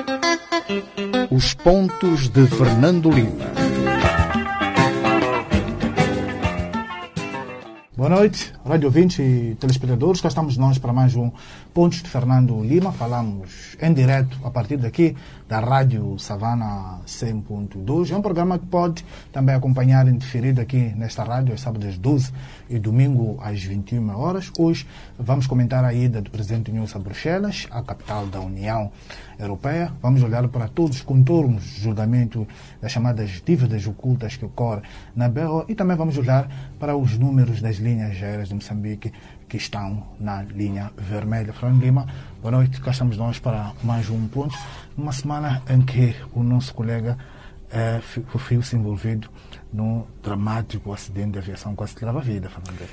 Os pontos de Fernando Lima. Boa noite, rádio ouvintes e telespectadores. Cá estamos nós para mais um Pontos de Fernando Lima. Falamos em direto a partir daqui da Rádio Savana 100.2. É um programa que pode também acompanhar em diferido aqui nesta rádio, aos sábados às 12 e domingo às 21 horas. Hoje vamos comentar a ida do presidente Nunes a Bruxelas, a capital da União Europeia. Vamos olhar para todos os contornos do julgamento das chamadas dívidas ocultas que ocorrem na BO e também vamos olhar para os números das linhas aéreas de Moçambique que estão na linha vermelha. Fernando Lima, boa noite. Cá estamos nós para mais um ponto. Numa semana em que o nosso colega viu-se envolvido num dramático acidente de aviação, quase que leva a vida, Fernando.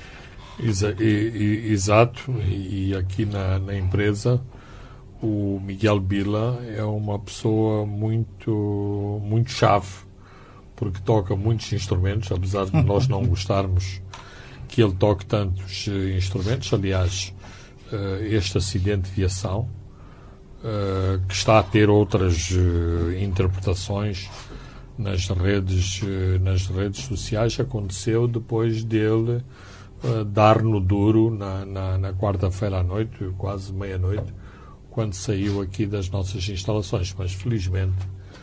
Exato. E aqui na empresa, o Miguel Bila é uma pessoa muito chave, porque toca muitos instrumentos, apesar de nós não gostarmos que ele toque tantos instrumentos. Aliás, este acidente de aviação, que está a ter outras interpretações nas redes sociais, aconteceu depois dele dar no duro na quarta-feira à noite, quase meia-noite, quando saiu aqui das nossas instalações. Mas felizmente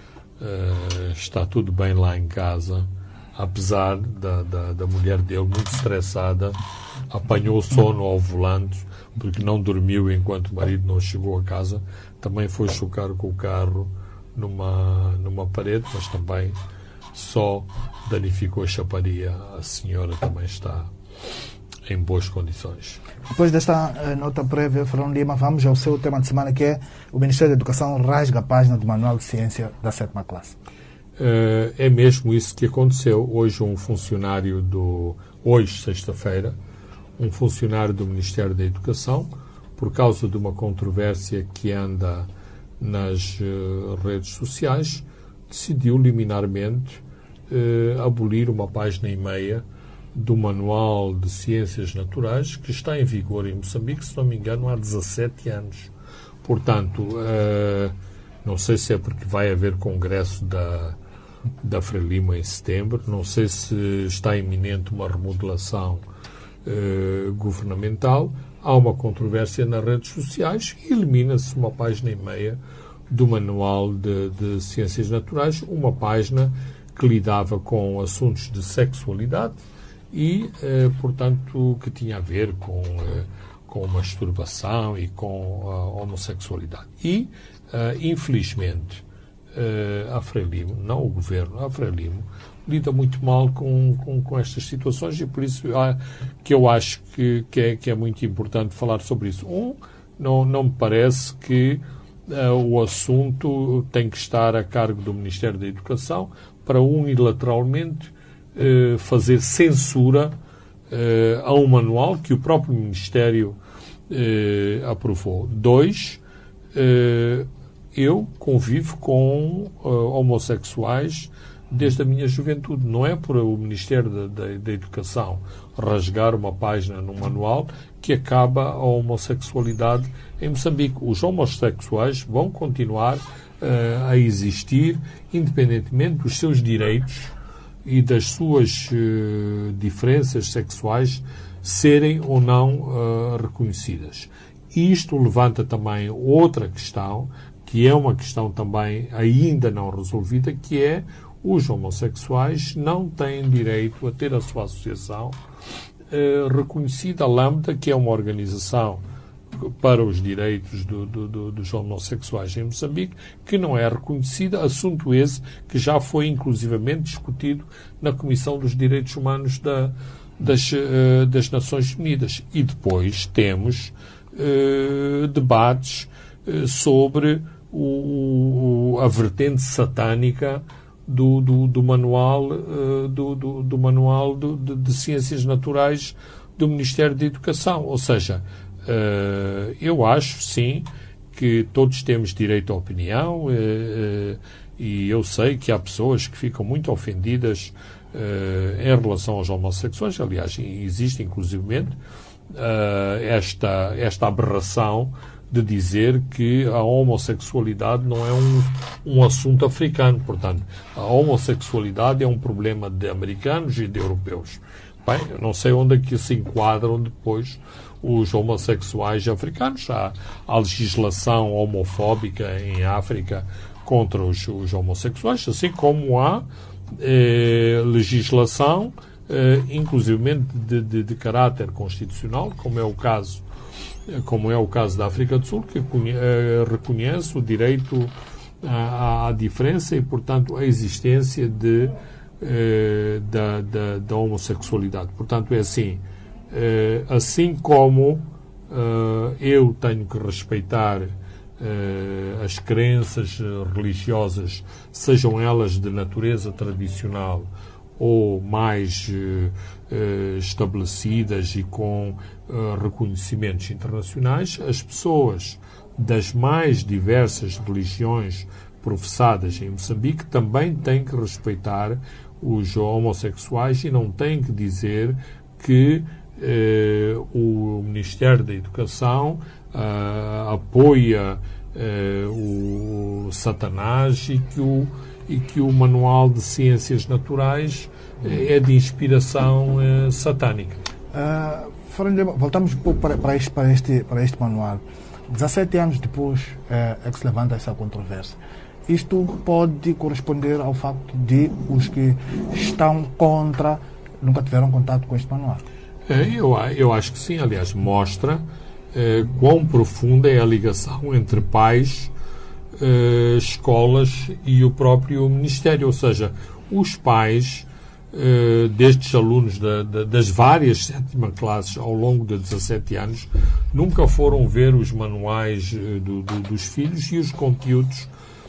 está tudo bem lá em casa, apesar da mulher dele muito estressada, apanhou sono ao volante porque não dormiu enquanto o marido não chegou a casa. Também foi chocar com o carro numa parede, mas também só danificou a chaparia. A senhora também está em boas condições. Depois desta nota prévia, Fernando Lima, vamos ao seu tema de semana, que é o Ministério da Educação rasga a página do Manual de Ciência da 7ª classe. É mesmo isso que aconteceu. Hoje um funcionário hoje, sexta-feira, um funcionário do Ministério da Educação, por causa de uma controvérsia que anda nas redes sociais, decidiu liminarmente abolir uma página e meia do Manual de Ciências Naturais, que está em vigor em Moçambique, se não me engano, há 17 anos. Portanto, não sei se é porque vai haver congresso da Frelimo em setembro, não sei se está iminente uma remodelação governamental. Há uma controvérsia nas redes sociais e elimina-se uma página e meia do Manual de Ciências Naturais, uma página que lidava com assuntos de sexualidade e, portanto, que tinha a ver com masturbação e com a homossexualidade. E, infelizmente, a Frelimo, não o governo, a Frelimo, lida muito mal com estas situações e por isso que eu acho que é muito importante falar sobre isso. Não me parece que o assunto tem que estar a cargo do Ministério da Educação para unilateralmente fazer censura a um manual que o próprio Ministério aprovou. 2, eu convivo com homossexuais desde a minha juventude. Não é por o Ministério da Educação rasgar uma página num manual que acaba a homossexualidade em Moçambique. Os homossexuais vão continuar a existir, independentemente dos seus direitos e das suas diferenças sexuais serem ou não reconhecidas. Isto levanta também outra questão, que é uma questão também ainda não resolvida, que é os homossexuais não têm direito a ter a sua associação reconhecida. A Lambda, que é uma organização para os direitos dos homossexuais em Moçambique, que não é reconhecida, assunto esse que já foi inclusivamente discutido na Comissão dos Direitos Humanos das Nações Unidas. E depois temos debates sobre a vertente satânica do manual de Ciências Naturais do Ministério da Educação. Ou seja, eu acho, sim, que todos temos direito à opinião e eu sei que há pessoas que ficam muito ofendidas em relação aos homossexuais. Aliás, existe inclusivamente esta aberração de dizer que a homossexualidade não é um assunto africano. Portanto, a homossexualidade é um problema de americanos e de europeus. Bem, eu não sei onde é que se enquadram depois os homossexuais africanos. Há legislação homofóbica em África contra os homossexuais, assim como há legislação, inclusivamente de caráter constitucional, como é o caso da África do Sul, que reconhece o direito à diferença e, portanto, a existência da homossexualidade. Portanto, é assim, assim como eu tenho que respeitar as crenças religiosas, sejam elas de natureza tradicional ou mais estabelecidas e com reconhecimentos internacionais, as pessoas das mais diversas religiões professadas em Moçambique também têm que respeitar os homossexuais e não têm que dizer que o Ministério da Educação apoia o Satanás e que o Manual de Ciências Naturais é de inspiração satânica. Voltamos um pouco para este manual. 17 anos depois é que se levanta essa controvérsia. Isto pode corresponder ao facto de os que estão contra nunca tiveram contato com este manual? Eu acho que sim. Aliás, mostra quão profunda é a ligação entre pais, escolas e o próprio Ministério. Ou seja, os pais destes alunos das várias sétima classes ao longo de 17 anos nunca foram ver os manuais dos filhos e os conteúdos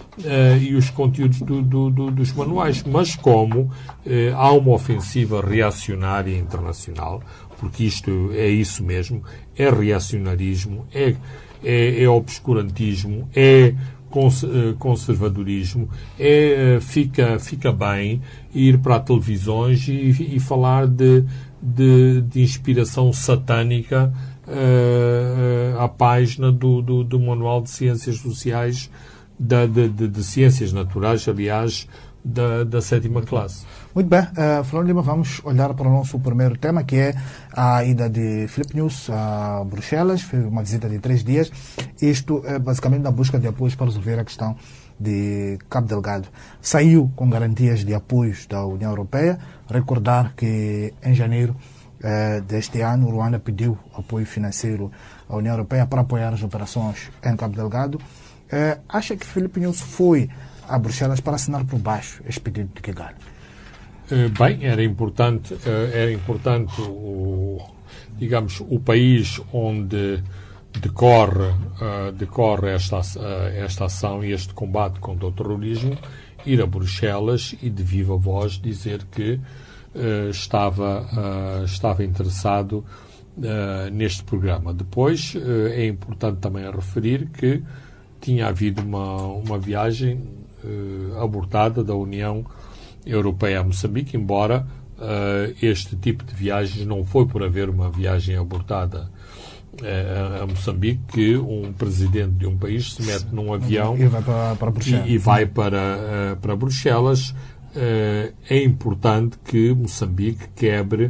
dos manuais, mas como há uma ofensiva reacionária internacional, porque isto é isso mesmo, é reacionarismo, é obscurantismo, é conservadorismo, fica bem ir para televisões e falar de inspiração satânica à página do Manual de Ciências Sociais, de Ciências Naturais, aliás, da sétima classe. Muito bem, Flor Lima, vamos olhar para o nosso primeiro tema, que é a ida de Filipe Nunes a Bruxelas. Foi uma visita de 3 dias. Isto é basicamente na busca de apoios para resolver a questão de Cabo Delgado. Saiu com garantias de apoios da União Europeia. Recordar que em janeiro deste ano, Ruanda pediu apoio financeiro à União Europeia para apoiar as operações em Cabo Delgado. Acha que Filipe Nunes foi a Bruxelas para assinar por baixo este pedido de Kigali? Bem, era importante o país onde decorre esta ação e este combate contra o terrorismo, ir a Bruxelas e de viva voz dizer que estava interessado neste programa. Depois, é importante também referir que tinha havido uma viagem abortada da União Europeia a Moçambique, embora este tipo de viagens não foi por haver uma viagem abortada a Moçambique que um presidente de um país se mete num avião e vai para Bruxelas. E vai para Bruxelas. É importante que Moçambique quebre,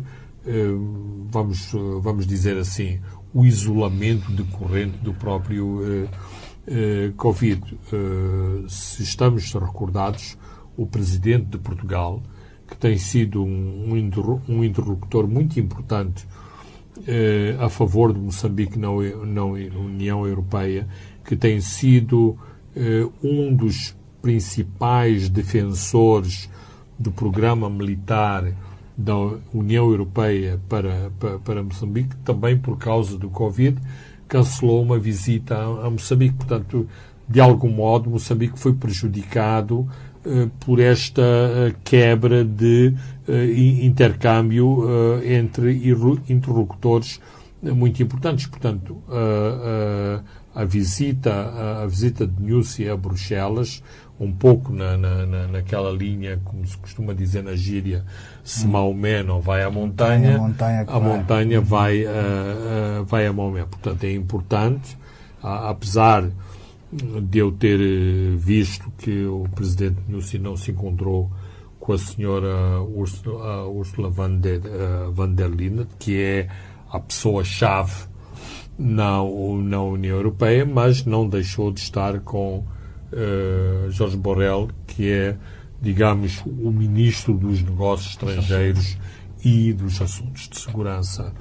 vamos dizer assim, o isolamento decorrente do próprio Covid. Se estamos recordados, o presidente de Portugal, que tem sido um interlocutor muito importante a favor de Moçambique na União Europeia, que tem sido um dos principais defensores do programa militar da União Europeia para Moçambique, também por causa do Covid, cancelou uma visita a Moçambique. Portanto, de algum modo, Moçambique foi prejudicado por esta quebra de intercâmbio entre interlocutores muito importantes. Portanto, a visita de Nussi a Bruxelas, um pouco naquela linha, como se costuma dizer na gíria, se Maomé não vai à montanha, a montanha vai a Maomé. Portanto, é importante apesar de eu ter visto que o presidente Nyusi não se encontrou com a senhora Ursula von der Leyen, que é a pessoa-chave na União Europeia, mas não deixou de estar com Jorge Borrell, que é, digamos, o ministro dos negócios estrangeiros e dos assuntos de segurança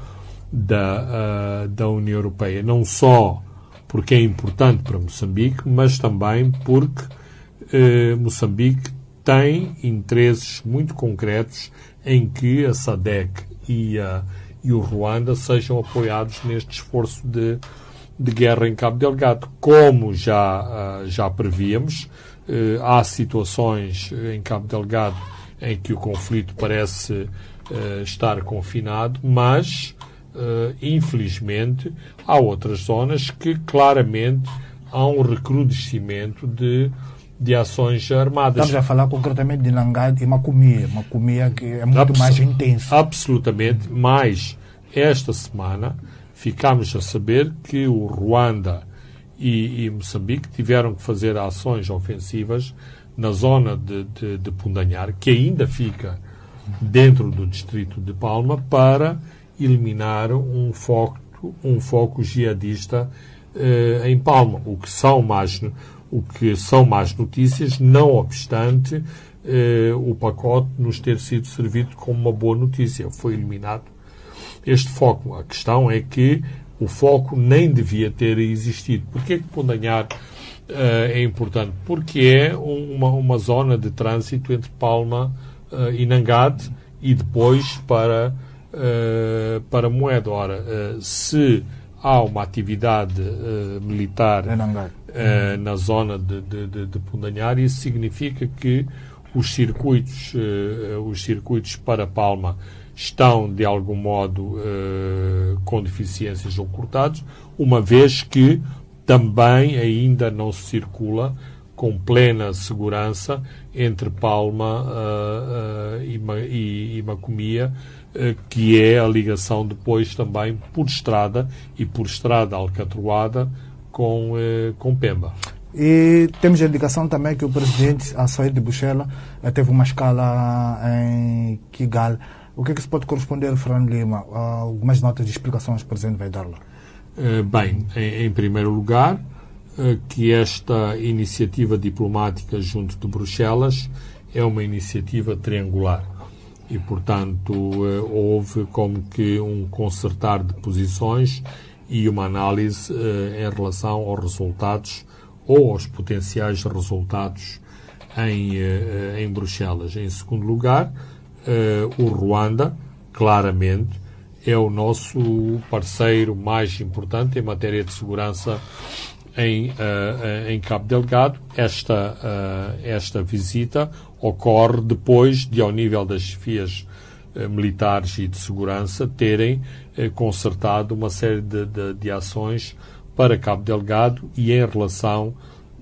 da União Europeia. Não só porque é importante para Moçambique, mas também porque Moçambique tem interesses muito concretos em que a SADC e o Ruanda sejam apoiados neste esforço de guerra em Cabo Delgado. Como já prevíamos, há situações em Cabo Delgado em que o conflito parece estar confinado, mas infelizmente há outras zonas que claramente há um recrudescimento de ações armadas. Estamos a falar concretamente de Nangad e Macomia. Macomia que é muito mais intenso. Absolutamente. Mas esta semana ficámos a saber que o Ruanda e Moçambique tiveram que fazer ações ofensivas na zona de Pundanhar, que ainda fica dentro do distrito de Palma, para eliminar um foco jihadista em Palma, o que são más notícias, não obstante o pacote nos ter sido servido como uma boa notícia. Foi eliminado este foco. A questão é que o foco nem devia ter existido. Porquê que Pundanhar é importante? Porque é uma zona de trânsito entre Palma e Nangad e depois para Moedo. Ora, se há uma atividade militar na zona de Pundanhar, isso significa que os circuitos para Palma estão, de algum modo, com deficiências ou cortados, uma vez que também ainda não se circula com plena segurança entre Palma e Macomia, que é a ligação depois também por estrada e por estrada alcatroada com Pemba. E temos a indicação também que o presidente, a sair de Bruxelas, teve uma escala em Kigali. O que é que se pode corresponder, Fernando Lima? Algumas notas de explicações que o presidente vai dar lá. Bem, em primeiro lugar, que esta iniciativa diplomática junto de Bruxelas é uma iniciativa triangular e, portanto, houve como que um concertar de posições e uma análise em relação aos resultados ou aos potenciais resultados em Bruxelas. Em segundo lugar, o Ruanda, claramente, é o nosso parceiro mais importante em matéria de segurança em Cabo Delgado. Esta visita ocorre depois de, ao nível das chefias militares e de segurança, terem concertado uma série de ações para Cabo Delgado e em relação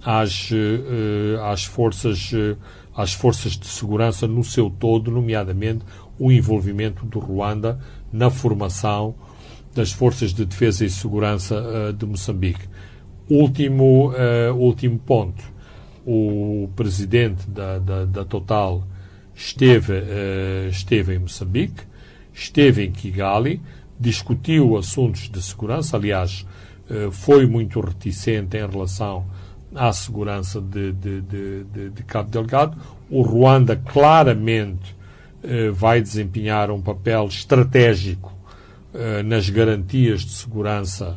às forças de segurança no seu todo, nomeadamente o envolvimento do Ruanda na formação das forças de defesa e segurança de Moçambique. Último ponto. O presidente da Total esteve em Moçambique, esteve em Kigali, discutiu assuntos de segurança, aliás, foi muito reticente em relação à segurança de Cabo Delgado. O Ruanda claramente vai desempenhar um papel estratégico nas garantias de segurança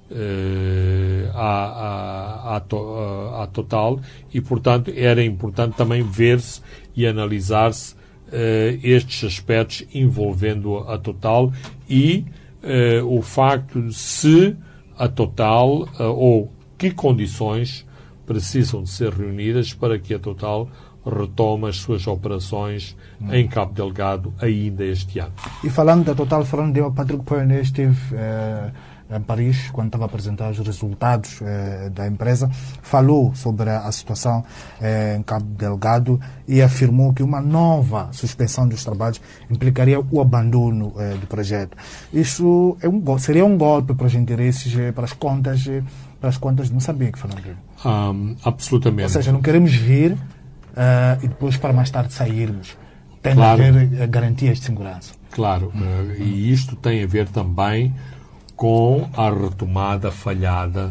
à Total e, portanto, era importante também ver-se e analisar-se estes aspectos envolvendo a Total e o facto de se a Total ou que condições precisam de ser reunidas para que a Total retome as suas operações em Cabo Delgado ainda este ano. E falando da Total, Patrick Pouyanné esteve em Paris, quando estava a apresentar os resultados da empresa, falou sobre a situação em Cabo Delgado e afirmou que uma nova suspensão dos trabalhos implicaria o abandono do projeto. Isso seria um golpe para os interesses, para as contas para as contas de Moçambique, Fernando. Absolutamente. Ou seja, não queremos vir e depois para mais tarde sairmos. Tem Claro. de haver garantias de segurança. Claro, e isto tem a ver também com a retomada falhada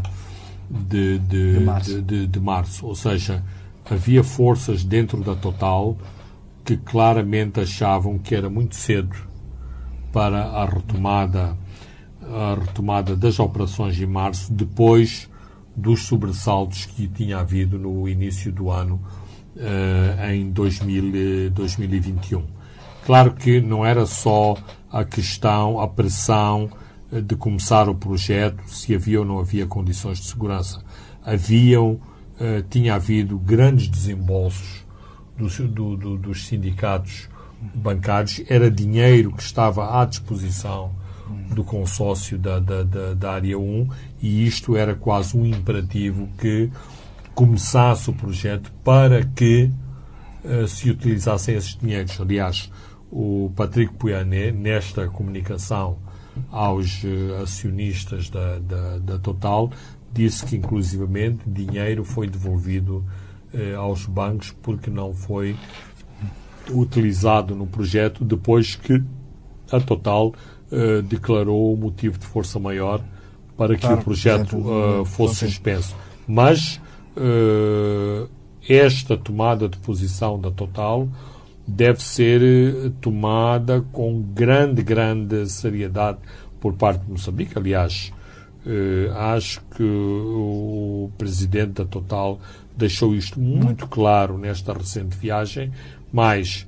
de março. Ou seja, havia forças dentro da Total que claramente achavam que era muito cedo para a retomada das operações em março, depois dos sobressaltos que tinha havido no início do ano, em 2021. Claro que não era só a questão, a pressão de começar o projeto, se havia ou não havia condições de segurança. Tinha havido grandes desembolsos dos sindicatos bancários, era dinheiro que estava à disposição do consórcio da Área 1 e isto era quase um imperativo que começasse o projeto para que se utilizassem esses dinheiros. Aliás, o Patrick Pouyanné, nesta comunicação aos acionistas da Total, disse que, inclusivamente, dinheiro foi devolvido aos bancos porque não foi utilizado no projeto depois que a Total declarou o motivo de força maior para que o projeto fosse suspenso. Mas esta tomada de posição da Total deve ser tomada com grande seriedade por parte de Moçambique. Aliás, acho que o presidente da Total deixou isto muito claro nesta recente viagem, mas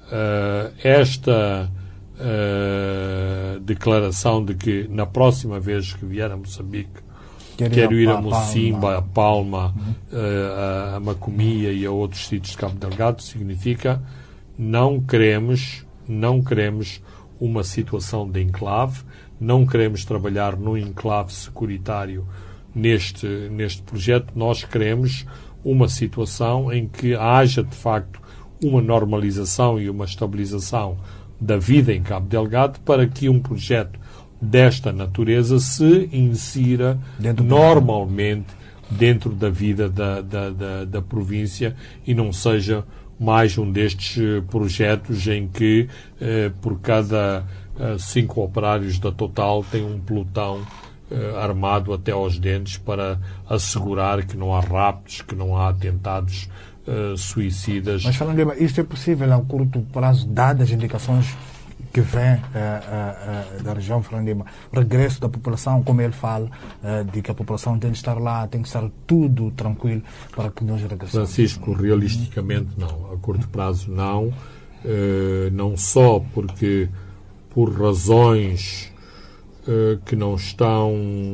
esta declaração de que na próxima vez que vier a Moçambique quero ir a Mocimba, a Palma, a Macomia e a outros sítios de Cabo Delgado, significa não queremos uma situação de enclave, não queremos trabalhar num enclave securitário neste projeto. Nós queremos uma situação em que haja, de facto, uma normalização e uma estabilização da vida em Cabo Delgado para que um projeto desta natureza se insira normalmente dentro da vida da província e não seja mais um destes projetos em que por cada 5 operários da Total tem um pelotão armado até aos dentes para assegurar que não há raptos, que não há atentados suicidas. Mas, Fernando Lima, isto é possível a curto prazo, dadas as indicações que vem da região, Fernando Lima, o regresso da população, como ele fala, de que a população tem de estar lá, tem que estar tudo tranquilo para que nós regressemos? Francisco, realisticamente não. A curto prazo não. Não só porque por razões que não estão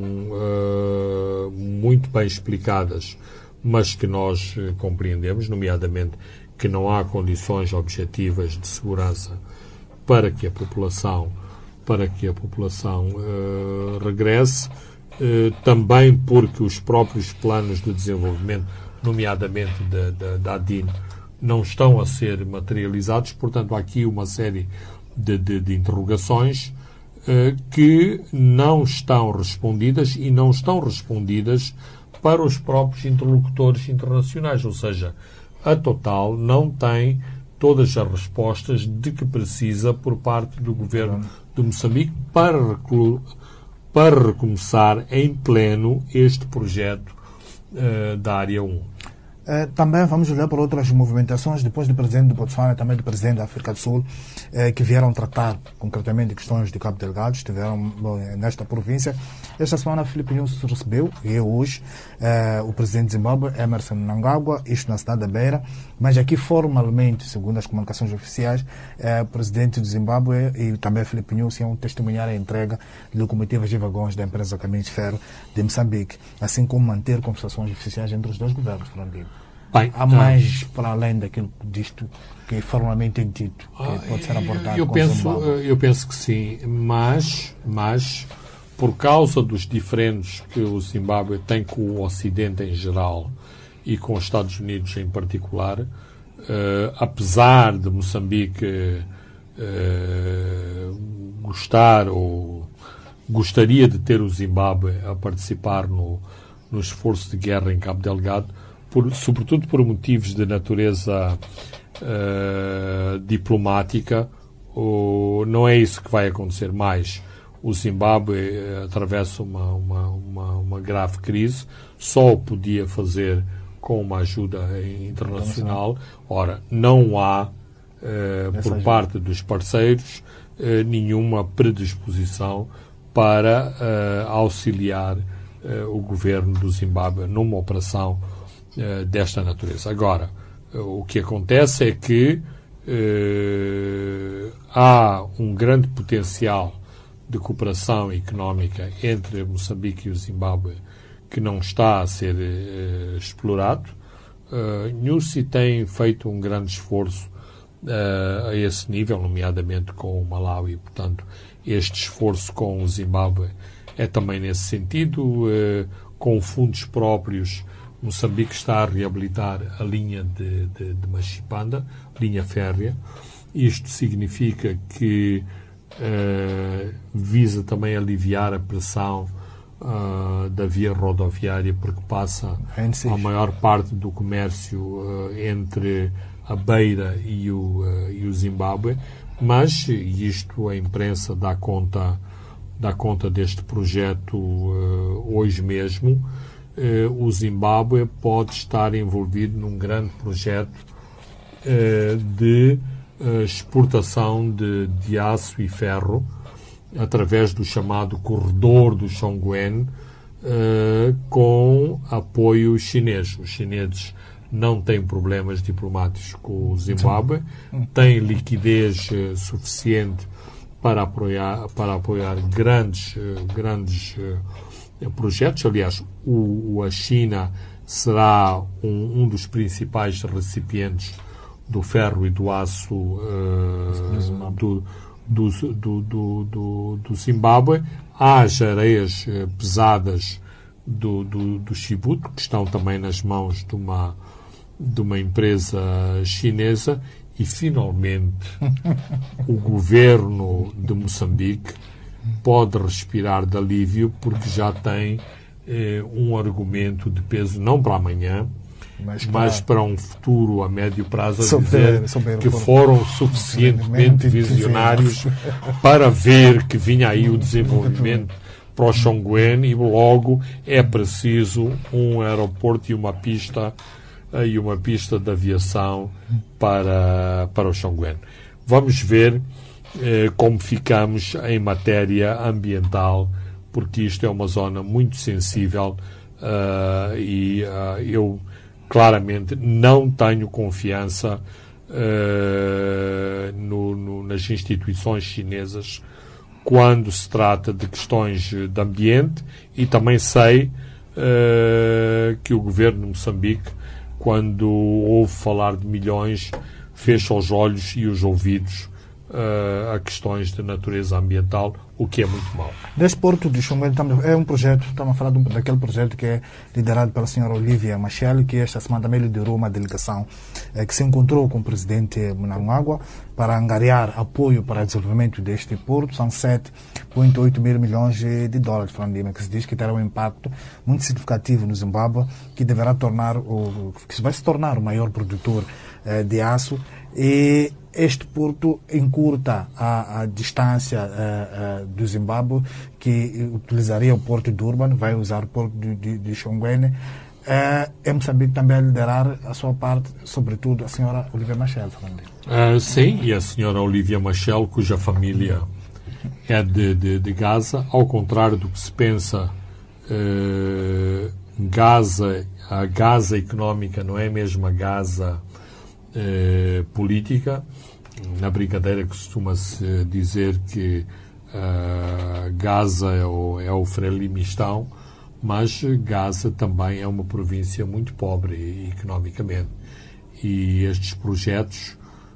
muito bem explicadas, mas que nós compreendemos, nomeadamente que não há condições objetivas de segurança para que a população regresse, também porque os próprios planos de desenvolvimento, nomeadamente da ADIN, não estão a ser materializados. Portanto, há aqui uma série de interrogações que não estão respondidas e não estão respondidas para os próprios interlocutores internacionais. Ou seja, a Total não tem todas as respostas de que precisa por parte do governo de Moçambique para recomeçar em pleno este projeto da Área 1. Também vamos olhar para outras movimentações, depois do presidente do Botsuana, também do presidente da África do Sul, que vieram tratar concretamente questões de Cabo Delgado, estiveram nesta província. Esta semana, Filipe Nyusi recebeu, e hoje, o presidente de Zimbábue, Emerson Mnangagwa, isto na cidade da Beira, mas aqui formalmente, segundo as comunicações oficiais, o presidente de Zimbábue e também Filipe Nyusi iam testemunhar a entrega de locomotivas e vagões da empresa Caminhos de Ferro de Moçambique, assim como manter conversações oficiais entre os dois governos, Fernando. Bem, há mais para além daquilo disto que formalmente é dito, que pode ser abordado eu penso que sim, mas por causa dos diferentes que o Zimbábue tem com o Ocidente em geral e com os Estados Unidos em particular, apesar de Moçambique gostaria de ter o Zimbábue a participar no esforço de guerra em Cabo Delgado, sobretudo por motivos de natureza diplomática. Não é isso que vai acontecer mais. O Zimbábue atravessa uma grave crise, só o podia fazer com uma ajuda internacional. Ora, não há, por parte dos parceiros, nenhuma predisposição para auxiliar o governo do Zimbábue numa operação desta natureza. Agora, o que acontece é que há um grande potencial de cooperação económica entre Moçambique e o Zimbábue que não está a ser explorado. NUSI tem feito um grande esforço a esse nível, nomeadamente com o Malawi. Portanto, este esforço com o Zimbábue é também nesse sentido. Com fundos próprios, Moçambique está a reabilitar a linha de Machipanda, linha férrea. Isto significa que visa também aliviar a pressão da via rodoviária, porque passa a maior parte do comércio entre a Beira e o Zimbábue, mas isto a imprensa dá conta deste projeto hoje mesmo. O Zimbábue pode estar envolvido num grande projeto de exportação de aço e ferro através do chamado corredor do Chongqing, com apoio chinês. Os chineses não têm problemas diplomáticos com o Zimbábue, têm liquidez suficiente para apoiar grandes projetos. Aliás, a China será um dos principais recipientes do ferro e do aço do Zimbábue. Há as areias pesadas do Chibouto, que estão também nas mãos de uma empresa chinesa. E, finalmente, o governo de Moçambique pode respirar de alívio, porque já tem um argumento de peso, não para amanhã, mas para um futuro a médio prazo, a dizer que foram suficientemente visionários para ver que vinha aí o desenvolvimento para o Chongqing, e logo é preciso um aeroporto e uma pista de aviação para o Chongqing. Vamos ver como ficamos em matéria ambiental, porque isto é uma zona muito sensível e eu claramente não tenho confiança nas instituições chinesas quando se trata de questões de ambiente, e também sei que o governo de Moçambique, quando ouve falar de milhões, fecha os olhos e os ouvidos a questões de natureza ambiental, o que é muito mau. Deste Porto de Chongqing é um projeto, estamos a falar daquele projeto que é liderado pela senhora Olivia Machel, que esta semana também liderou uma delegação que se encontrou com o presidente Mnangagwa para angariar apoio para o desenvolvimento deste porto. São 7,8 mil milhões de dólares, que se diz que terá um impacto muito significativo no Zimbábue, que deverá que vai se tornar o maior produtor de aço. E este porto encurta a distância do Zimbábue, que utilizaria o porto de Durban, vai usar o porto de Chongqing. É Moçambique também a liderar a sua parte, sobretudo a senhora Olivia Machel. Sim, e a senhora Olivia Machel, cuja família é de Gaza. Ao contrário do que se pensa, a Gaza económica não é mesmo a Gaza política. Na brincadeira costuma-se dizer que Gaza é o Frelimistão, mas Gaza também é uma província muito pobre economicamente. E estes projetos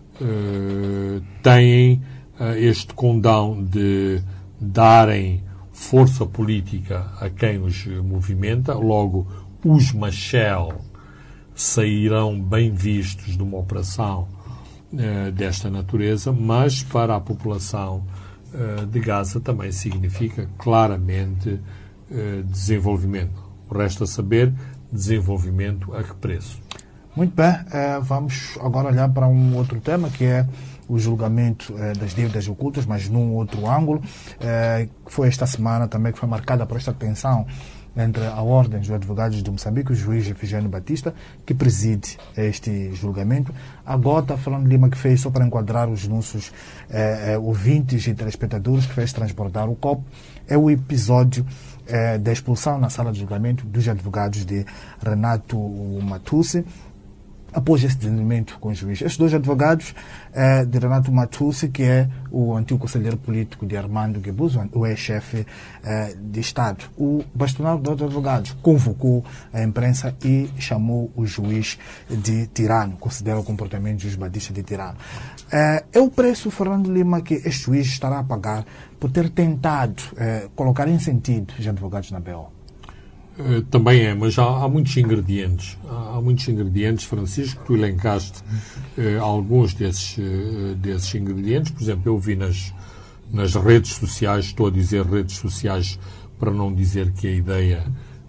têm este condão de darem força política a quem os movimenta. Logo, os Machel sairão bem vistos de uma operação desta natureza, mas para a população de Gaza também significa claramente desenvolvimento. Resta saber desenvolvimento a que preço. Muito bem, vamos agora olhar para um outro tema, que é o julgamento das dívidas ocultas, mas num outro ângulo, que foi esta semana também, que foi marcada por esta tensão entre a Ordem dos Advogados de Moçambique e o juiz Efigênio Batista, que preside este julgamento. A Gota, Fernando Lima, que fez, só para enquadrar os nossos ouvintes e telespectadores, que fez transbordar o copo, é o episódio da expulsão na sala de julgamento dos advogados de Renato Matussi, após esse desentendimento com o juiz. Estes dois advogados de Renato Matussi, que é o antigo conselheiro político de Armando Guebuza, o ex-chefe de Estado. O bastonário dos advogados convocou a imprensa e chamou o juiz de tirano, considera o comportamento do juiz Batista de tirano. É o preço, Fernando Lima, que este juiz estará a pagar por ter tentado colocar em sentido os advogados na BO? Também é, mas há muitos ingredientes. Há muitos ingredientes, Francisco, tu elencaste alguns desses ingredientes. Por exemplo, eu vi nas redes sociais, estou a dizer redes sociais para não dizer que a ideia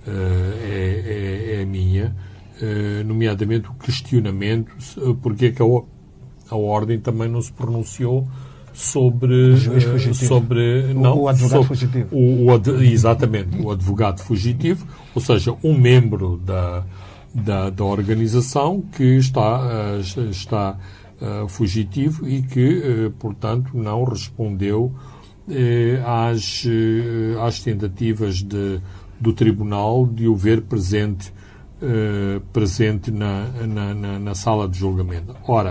é minha, nomeadamente o questionamento porque é que a Ordem também não se pronunciou sobre o advogado fugitivo. Exatamente, o advogado fugitivo, ou seja, um membro da organização que está fugitivo e que, portanto, não respondeu às tentativas do Tribunal de o ver presente na sala de julgamento. Ora,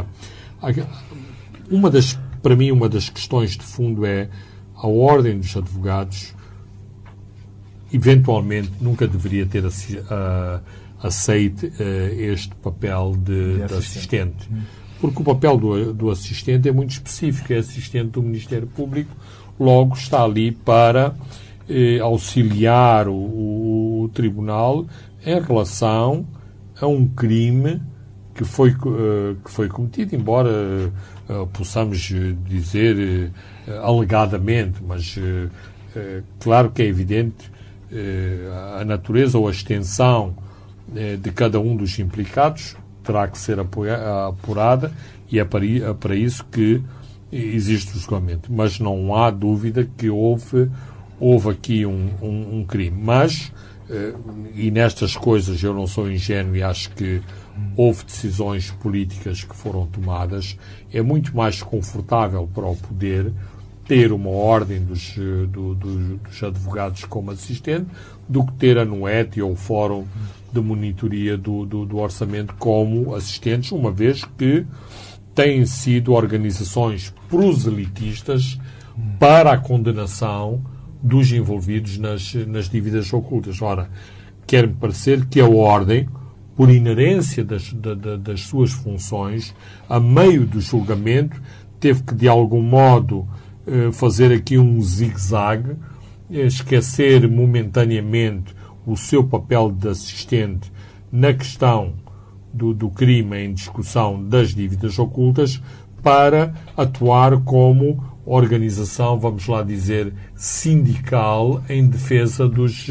para mim, uma das questões de fundo é a Ordem dos Advogados eventualmente nunca deveria ter aceite este papel de assistente. Porque o papel do assistente é muito específico, é assistente do Ministério Público, logo está ali para auxiliar o Tribunal em relação a um crime que foi cometido, embora possamos dizer alegadamente, mas claro que é evidente a natureza ou a extensão de cada um dos implicados terá que ser apurada e é para isso que existe o julgamento. Mas não há dúvida que houve aqui um crime. Mas, e nestas coisas eu não sou ingênuo e acho que houve decisões políticas que foram tomadas, é muito mais confortável para o poder ter uma ordem dos advogados como assistente do que ter a NUET ou o Fórum de Monitoria do Orçamento como assistentes, uma vez que têm sido organizações proselitistas para a condenação dos envolvidos nas dívidas ocultas. Ora, quer-me parecer que a Ordem, por inerência das suas funções, a meio do julgamento, teve que, de algum modo, fazer aqui um zigue-zague, esquecer momentaneamente o seu papel de assistente na questão do crime em discussão das dívidas ocultas para atuar como organização, vamos lá dizer, sindical em defesa dos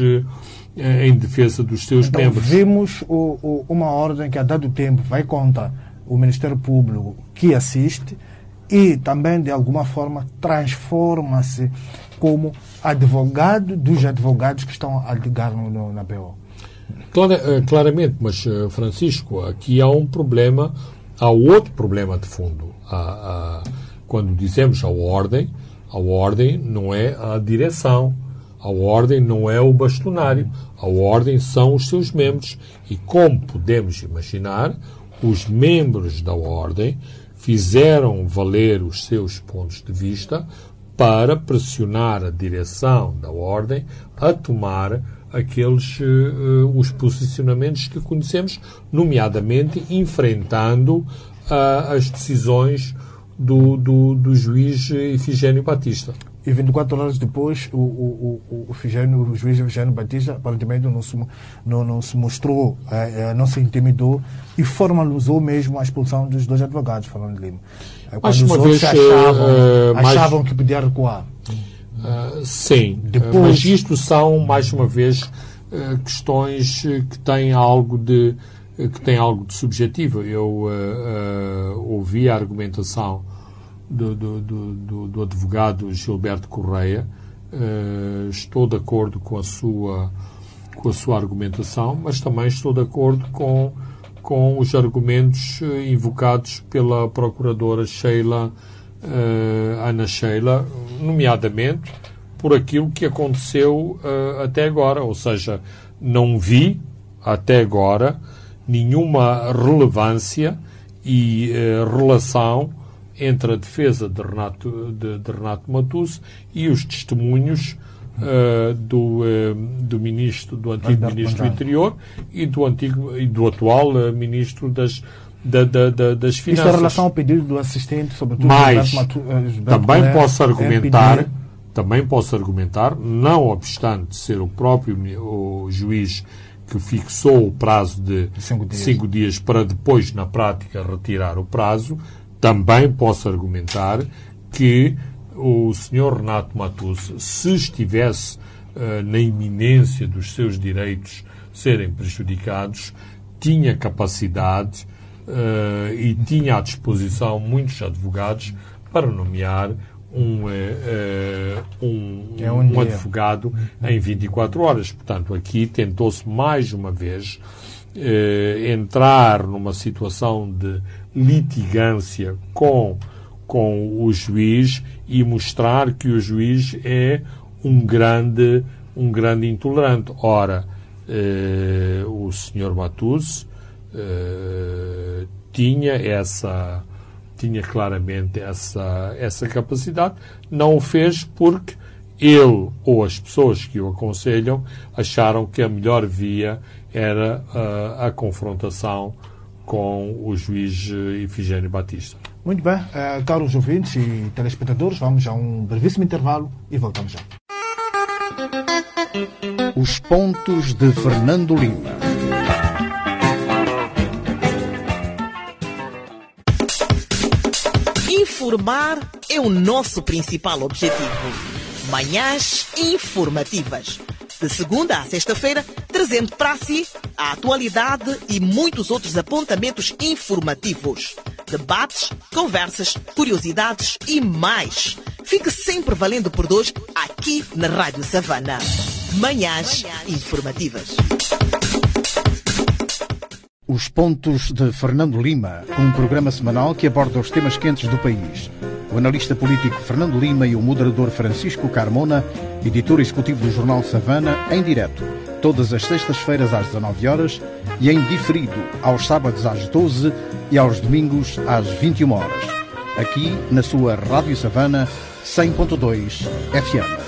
seus membros. Vimos uma ordem que, a dado tempo, vai contra o Ministério Público que assiste e também, de alguma forma, transforma-se como advogado dos advogados que estão a ligar na BO. Claramente, mas, Francisco, aqui há um problema, há outro problema de fundo. Quando dizemos a ordem não é a direção, a ordem não é o bastonário, a ordem são os seus membros. E, como podemos imaginar, os membros da ordem fizeram valer os seus pontos de vista para pressionar a direção da ordem a tomar os posicionamentos que conhecemos, nomeadamente enfrentando as decisões do juiz Efigênio Batista. E 24 horas depois, o juiz Efigênio Batista aparentemente não se mostrou, não se intimidou e formalizou mesmo a expulsão dos dois advogados, Fernando Lima. Quando os outros achavam que podia recuar. Sim, depois... mas isto são, mais uma vez, questões que têm algo de subjetivo. Eu ouvi a argumentação do advogado Gilberto Correia, estou de acordo com a sua argumentação, mas também estou de acordo com os argumentos invocados pela procuradora Ana Sheila, nomeadamente por aquilo que aconteceu até agora. Ou seja, não vi até agora nenhuma relevância e relação entre a defesa de Renato Matouz e os testemunhos do antigo Ministro do Interior e do atual Ministro das Finanças. Isto em relação ao pedido do assistente, sobretudo... Mas também posso argumentar, não obstante ser o próprio o juiz que fixou o prazo de 5 dias para depois, na prática, retirar o prazo, também posso argumentar que o Sr. Renato Matouz, se estivesse na iminência dos seus direitos serem prejudicados, tinha capacidade e tinha à disposição muitos advogados para nomear um advogado em 24 horas. Portanto, aqui tentou-se mais uma vez entrar numa situação de litigância com o juiz e mostrar que o juiz é um grande intolerante. Ora, o Sr. Matouz tinha claramente essa capacidade, não o fez porque ele ou as pessoas que o aconselham acharam que a melhor via era a confrontação com o juiz Ifigênio Batista. Muito bem, caros ouvintes e telespectadores, vamos a um brevíssimo intervalo e voltamos já. Os pontos de Fernando Lima. Informar é o nosso principal objetivo. Manhãs informativas. De segunda a sexta-feira, trazendo para si a atualidade e muitos outros apontamentos informativos. Debates, conversas, curiosidades e mais. Fique sempre valendo por dois aqui na Rádio Savana. Manhãs informativas. Os pontos de Fernando Lima, um programa semanal que aborda os temas quentes do país. O analista político Fernando Lima e o moderador Francisco Carmona, editor executivo do jornal Savana, em direto, todas as sextas-feiras às 19 horas e em diferido aos sábados às 12 e aos domingos às 21 horas. Aqui na sua Rádio Savana 100.2 FM.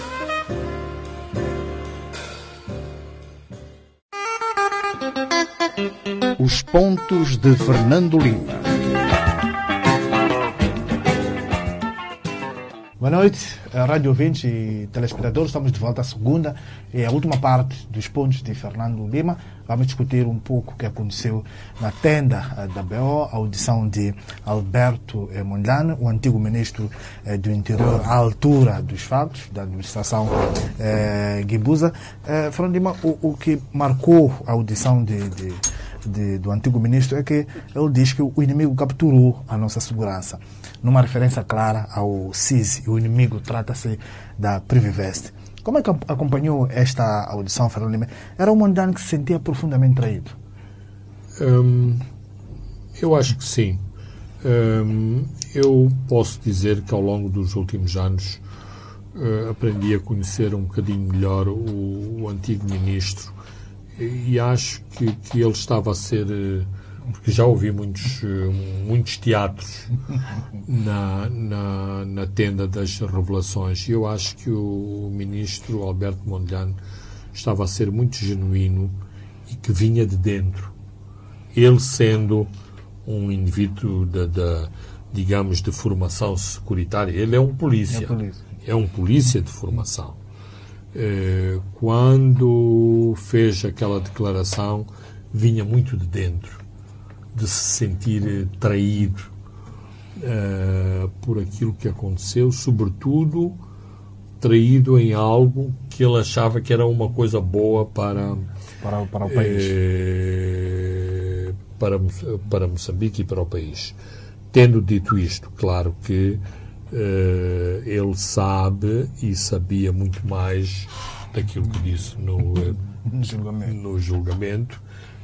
Os pontos de Fernando Lima. Boa noite, rádio ouvintes e telespectadores. Estamos de volta à segunda e a última parte dos pontos de Fernando Lima. Vamos discutir um pouco o que aconteceu na tenda da BO, a audição de Alberto Mondlane, o antigo ministro do Interior, à altura dos fatos da administração Guebuza. Fernando Lima, o que marcou a audição do antigo ministro é que ele diz que o inimigo capturou a nossa segurança, numa referência clara ao CISI. O inimigo trata-se da Privivest. Como é que acompanhou esta audição, Fernando Lima? Era um Mondlane que se sentia profundamente traído? Eu acho que sim. Eu posso dizer que ao longo dos últimos anos aprendi a conhecer um bocadinho melhor o antigo ministro e acho que ele estava a ser... porque já ouvi muitos teatros na tenda das revelações. E eu acho que o ministro Alberto Mondlane estava a ser muito genuíno e que vinha de dentro. Ele sendo um indivíduo digamos, de formação securitária. Ele é um polícia. É um polícia de formação. Quando fez aquela declaração, vinha muito de dentro, de se sentir traído por aquilo que aconteceu, sobretudo traído em algo que ele achava que era uma coisa boa para o país. Para Moçambique e para o país. Tendo dito isto, claro que ele sabe e sabia muito mais daquilo que disse no julgamento.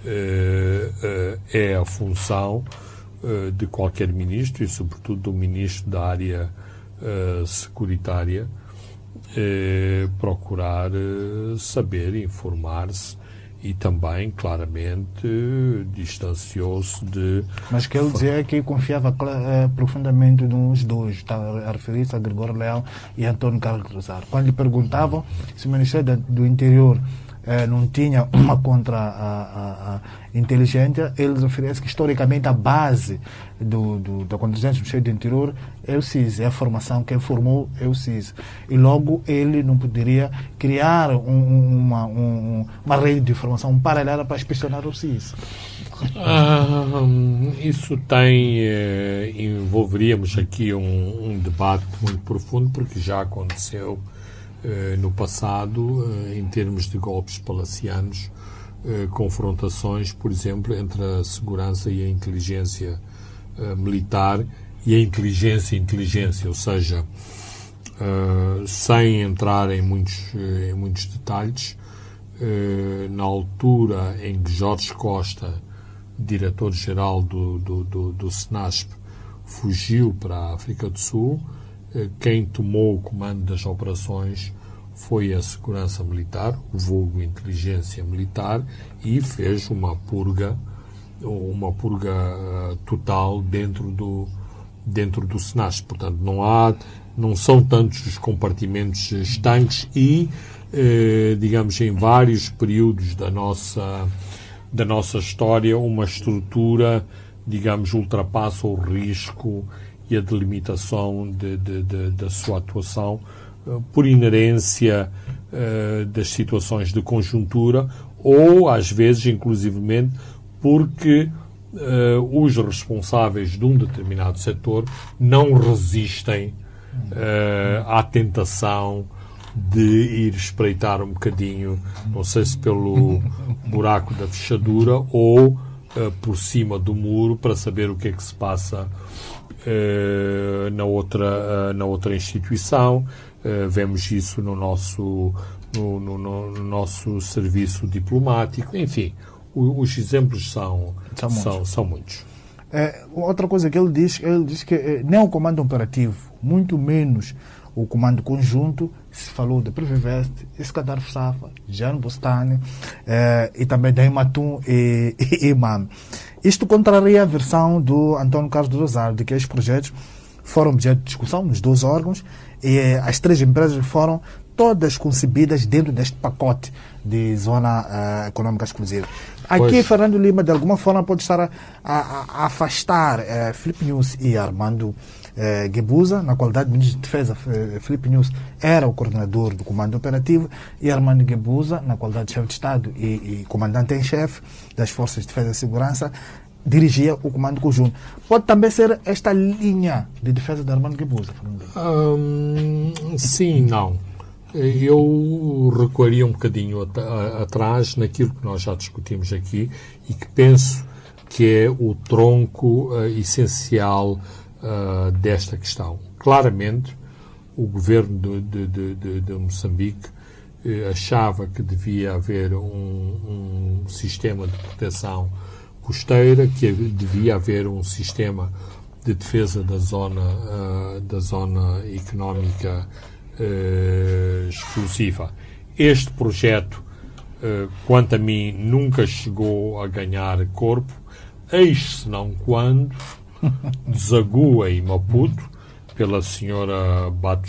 É a função de qualquer ministro e, sobretudo, do ministro da área securitária, procurar saber, informar-se e também, claramente, distanciou-se de... Mas que ele dizia que confiava profundamente nos dois. Está a referir-se a Gregório Leão e Antônio Carlos Rosário. Quando lhe perguntavam se o Ministério do Interior não tinha uma contra-inteligência, ele refere-se que, historicamente, a base da contingência do Ministério do Interior é o CIS, é a formação que ele formou, é o CIS. E logo ele não poderia criar uma rede de informação paralela para inspecionar o CIS. Isso envolveríamos aqui um debate muito profundo, porque já aconteceu no passado, em termos de golpes palacianos, confrontações, por exemplo, entre a segurança e a inteligência militar e a inteligência, ou seja, sem entrar em muitos detalhes, na altura em que Jorge Costa, diretor-geral do SNASP, fugiu para a África do Sul, quem tomou o comando das operações foi a segurança militar, o vulgo inteligência militar, e fez uma purga total dentro do SNASP. Portanto, não são tantos os compartimentos estanques e, digamos, em vários períodos da nossa história, uma estrutura, digamos, ultrapassa o risco e a delimitação da sua atuação por inerência das situações de conjuntura ou, às vezes, inclusivamente, porque os responsáveis de um determinado setor não resistem à tentação de ir espreitar um bocadinho, não sei se pelo buraco da fechadura ou por cima do muro, para saber o que é que se passa na outra instituição. Vemos isso no nosso serviço diplomático. Enfim, os exemplos são muitos. Outra coisa que ele diz que nem o comando operativo, muito menos o comando conjunto, se falou de Privivest, Iskandar Safa, Jean Bostani e também da Imatum e Imam. Isto contraria a versão do Antônio Carlos Rosário, de que estes projetos foram objeto de discussão nos dois órgãos e as três empresas foram todas concebidas dentro deste pacote de zona econômica exclusiva. Aqui, Fernando Lima, de alguma forma, pode estar a afastar Filipe Nunes e Armando Guebuza, na qualidade de ministro de Defesa. Filipe Nunes era o coordenador do comando operativo e Armando Guebuza, na qualidade de chefe de Estado e comandante em chefe das Forças de Defesa e Segurança, dirigia o comando conjunto. Pode também ser esta linha de defesa de Armando Guebuza, Fernando? Sim, não. Eu recuaria um bocadinho atrás naquilo que nós já discutimos aqui e que penso que é o tronco essencial desta questão. Claramente, o governo de Moçambique achava que devia haver um sistema de proteção costeira, que devia haver um sistema de defesa da zona económica exclusiva. Este projeto, quanto a mim, nunca chegou a ganhar corpo, eis senão quando desagua em Maputo pela senhora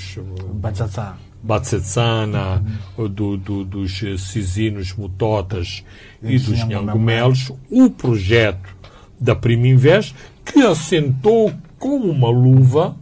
Batsetsana, dos Cisinos Mutotas e dos Nhangomelos, o projeto da Prima Invest, que assentou como uma luva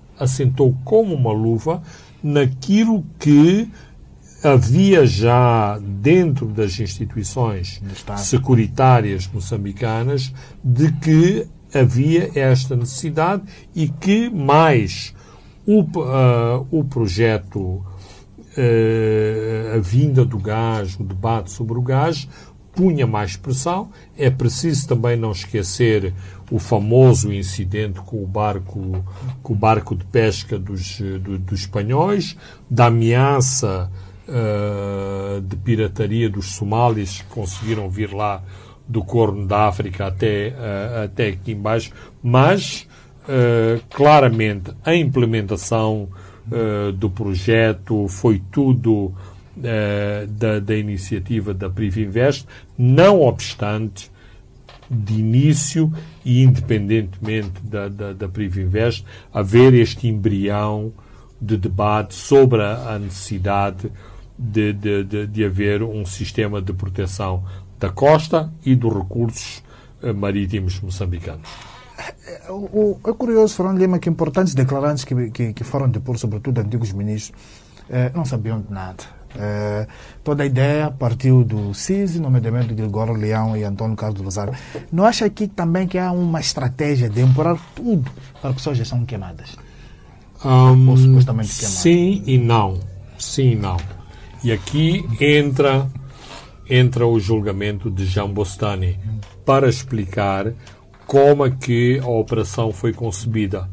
naquilo que havia já dentro das instituições securitárias moçambicanas, de que havia esta necessidade e que mais o projeto a vinda do gás, o debate sobre o gás, punha mais pressão. É preciso também não esquecer o famoso incidente com o barco de pesca dos espanhóis, da ameaça de pirataria dos somalis que conseguiram vir lá do Corno da África até aqui embaixo, mas claramente a implementação do projeto foi tudo da iniciativa da Privinvest, não obstante, de início e independentemente da Privinvest, haver este embrião de debate sobre a necessidade de haver um sistema de proteção da costa e dos recursos marítimos moçambicanos. É curioso, Fernando Lima, que importantes declarantes que foram depor, sobretudo antigos ministros, não sabiam de nada. Toda a ideia partiu do CISI, nomeadamente de Gregório Leão e Antônio Carlos do Rosário. Não acha aqui também que há uma estratégia de empurrar tudo para que pessoas já são queimadas? Ou supostamente queimadas? Sim e não. Sim e não. E aqui entra o julgamento de Jean Bostani para explicar como é que a operação foi concebida.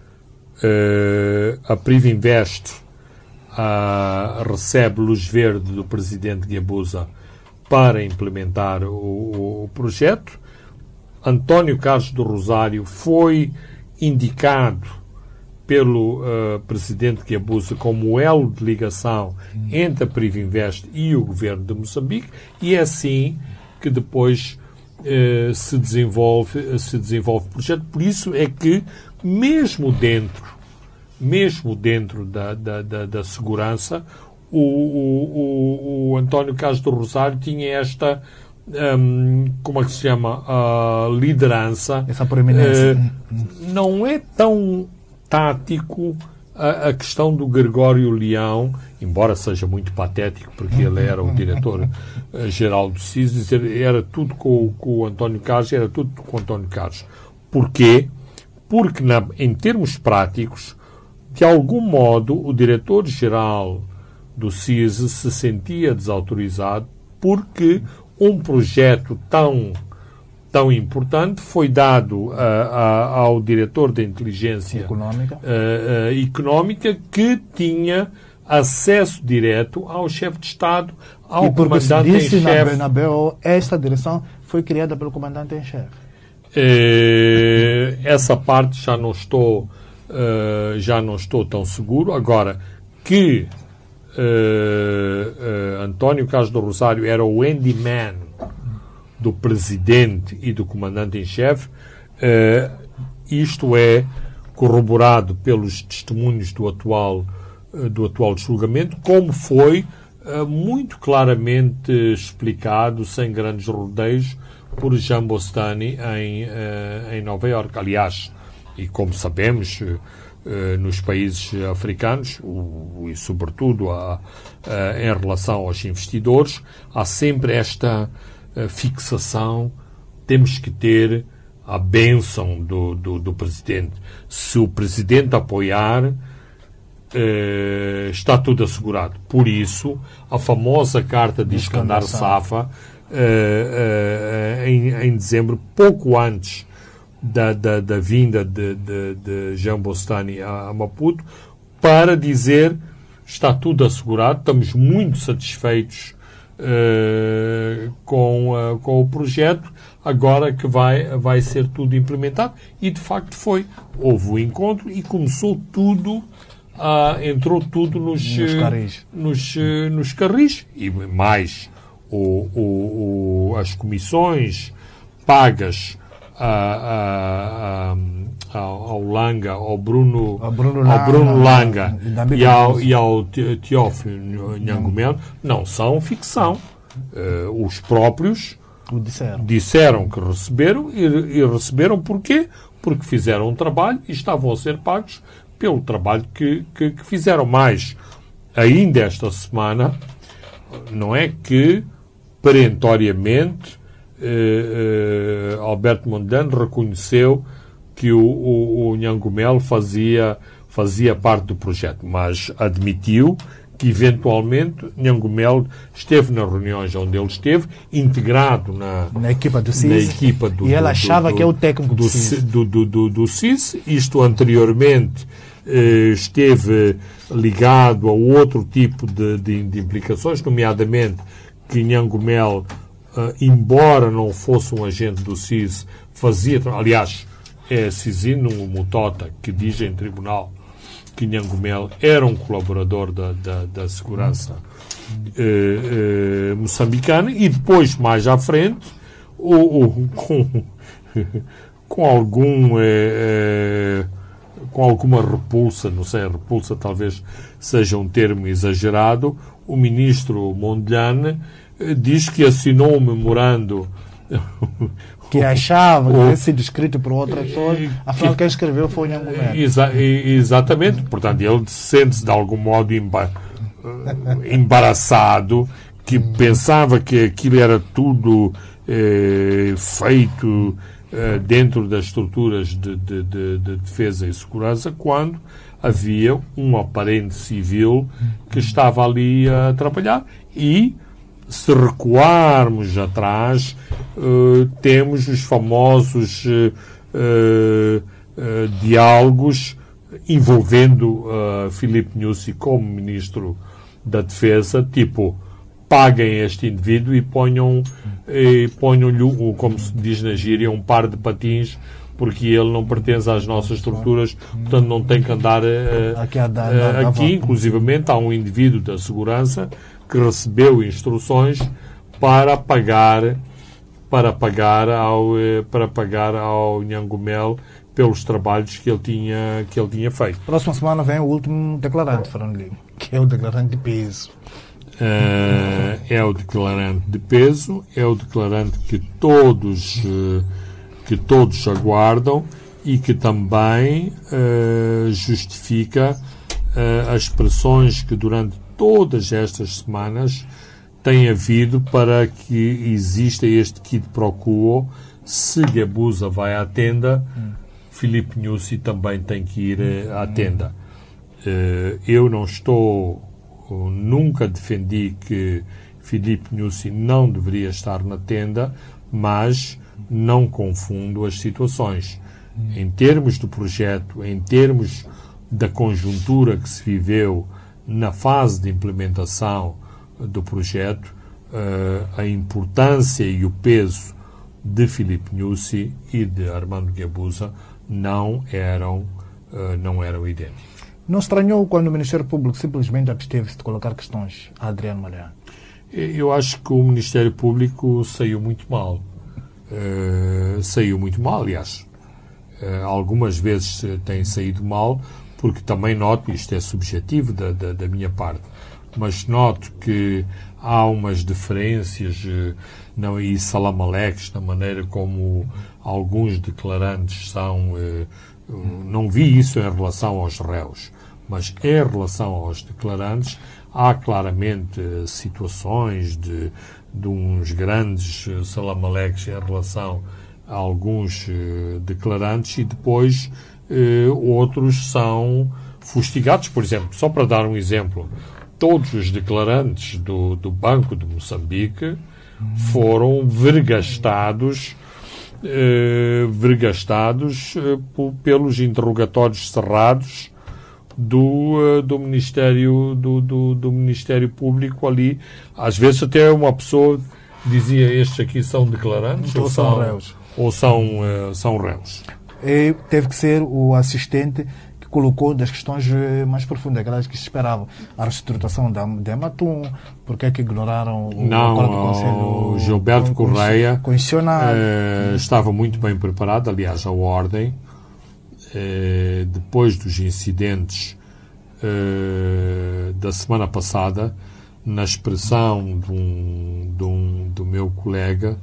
A Privinvest recebe luz verde do presidente Guebuza para implementar o projeto. António Carlos do Rosário foi indicado pelo presidente Guebuza como elo de ligação entre a Privinvest e o governo de Moçambique, e é assim que depois se desenvolve o projeto. Por isso é que, mesmo dentro da segurança, o António Carlos do Rosário tinha esta, como é que se chama, liderança. Essa proeminência. Não é tão tático a questão do Gregório Leão, embora seja muito patético, porque ele era o diretor-geral do CIS, dizer era tudo com o António Carlos, era tudo com o António Carlos. Porquê? Porque, em termos práticos, de algum modo, o diretor-geral do CIS se sentia desautorizado porque um projeto tão importante foi dado ao diretor da inteligência económica, que tinha acesso direto ao chefe de Estado, ao comandante em chefe. Na BO, esta direção foi criada pelo comandante em chefe. Essa parte já não estou tão seguro. Agora, que António Carlos do Rosário era o handyman do presidente e do comandante em chefe, isto é corroborado pelos testemunhos do atual julgamento, como foi muito claramente explicado, sem grandes rodeios, por Jean Bostani em Nova Iorque. Aliás, e como sabemos, nos países africanos, e sobretudo em relação aos investidores, há sempre esta fixação: temos que ter a bênção do presidente. Se o presidente apoiar, está tudo assegurado. Por isso, a famosa carta de Iskandar Safa, em dezembro, pouco antes da vinda de Jean Bostani a Maputo, para dizer: está tudo assegurado, estamos muito satisfeitos com o projeto, agora que vai ser tudo implementado. E de facto foi. Houve o encontro e começou tudo, entrou tudo nos carris, e mais as comissões pagas ao Langa, ao Bruno Langa e ao Teófilo Nhangumelo não são ficção. Os próprios disseram que receberam, e receberam porquê? Porque fizeram um trabalho e estavam a ser pagos pelo trabalho que fizeram. Mais, ainda esta semana, não é que perentoriamente Alberto Mondlane reconheceu que o Nhangumelo fazia parte do projeto, mas admitiu que eventualmente Nhangumel esteve nas reuniões onde ele esteve, integrado na equipa do CIS, e ele achava que é o técnico do CIS. Do CIS. Isto anteriormente esteve ligado a outro tipo de implicações, nomeadamente que Nhangumel, embora não fosse um agente do CIS, fazia... Aliás, é Cisino Mutota que diz em tribunal que Nhangumel era um colaborador da segurança moçambicana, e depois, mais à frente, com alguma repulsa, não sei, repulsa talvez seja um termo exagerado, o ministro Mondlane diz que assinou um memorando que achava que tinha sido escrito por outra pessoa, afinal quem escreveu foi o Nhangumel. Exatamente, portanto ele sente-se de algum modo embaraçado, que pensava que aquilo era tudo feito dentro das estruturas de defesa e segurança, quando havia um aparente civil que estava ali a trabalhar. E se recuarmos atrás, temos os famosos diálogos envolvendo Filipe Nyusi como Ministro da Defesa, tipo, paguem este indivíduo e ponham-lhe, como se diz na gíria, um par de patins, porque ele não pertence às nossas estruturas, portanto não tem que andar aqui. Inclusivamente há um indivíduo da segurança que recebeu instruções para pagar ao Nhangumel pelos trabalhos que ele tinha feito. Próxima semana vem o último declarante, Fernando Lima, que é o declarante de peso. É o declarante de peso, é o declarante que todos aguardam e que também justifica as pressões que durante todas estas semanas tem havido para que exista este quid pro quo. Se Guebuza vai à tenda, Filipe Nyusi também tem que ir à tenda. Eu nunca defendi que Filipe Nyusi não deveria estar na tenda, mas não confundo as situações. Em termos do projeto, em termos da conjuntura que se viveu na fase de implementação do projeto, a importância e o peso de Filipe Nyusi e de Armando Guebuza não eram idênticos. Não estranhou quando o Ministério Público simplesmente absteve-se de colocar questões a Adriano Malheiro? Eu acho que o Ministério Público saiu muito mal. Aliás. Algumas vezes tem saído mal, porque também noto, isto é subjetivo da minha parte, mas noto que há umas diferenças e salamaleques na maneira como alguns declarantes são. Não vi isso em relação aos réus, mas em relação aos declarantes há claramente situações de uns grandes salamaleques em relação a alguns declarantes, e depois outros são fustigados. Por exemplo, só para dar um exemplo, todos os declarantes do Banco de Moçambique foram vergastados pelos interrogatórios cerrados do Ministério do Ministério Público ali. Às vezes até uma pessoa dizia: estes aqui são declarantes ou são réus? Ou são réus. E teve que ser o assistente que colocou das questões mais profundas, aquelas que se esperavam. A reestruturação da Ematum, porque é que ignoraram o acordo do Conselho? O Gilberto Correia condicionado. Estava muito bem preparado, aliás, a ordem, depois dos incidentes da semana passada, na expressão do meu colega,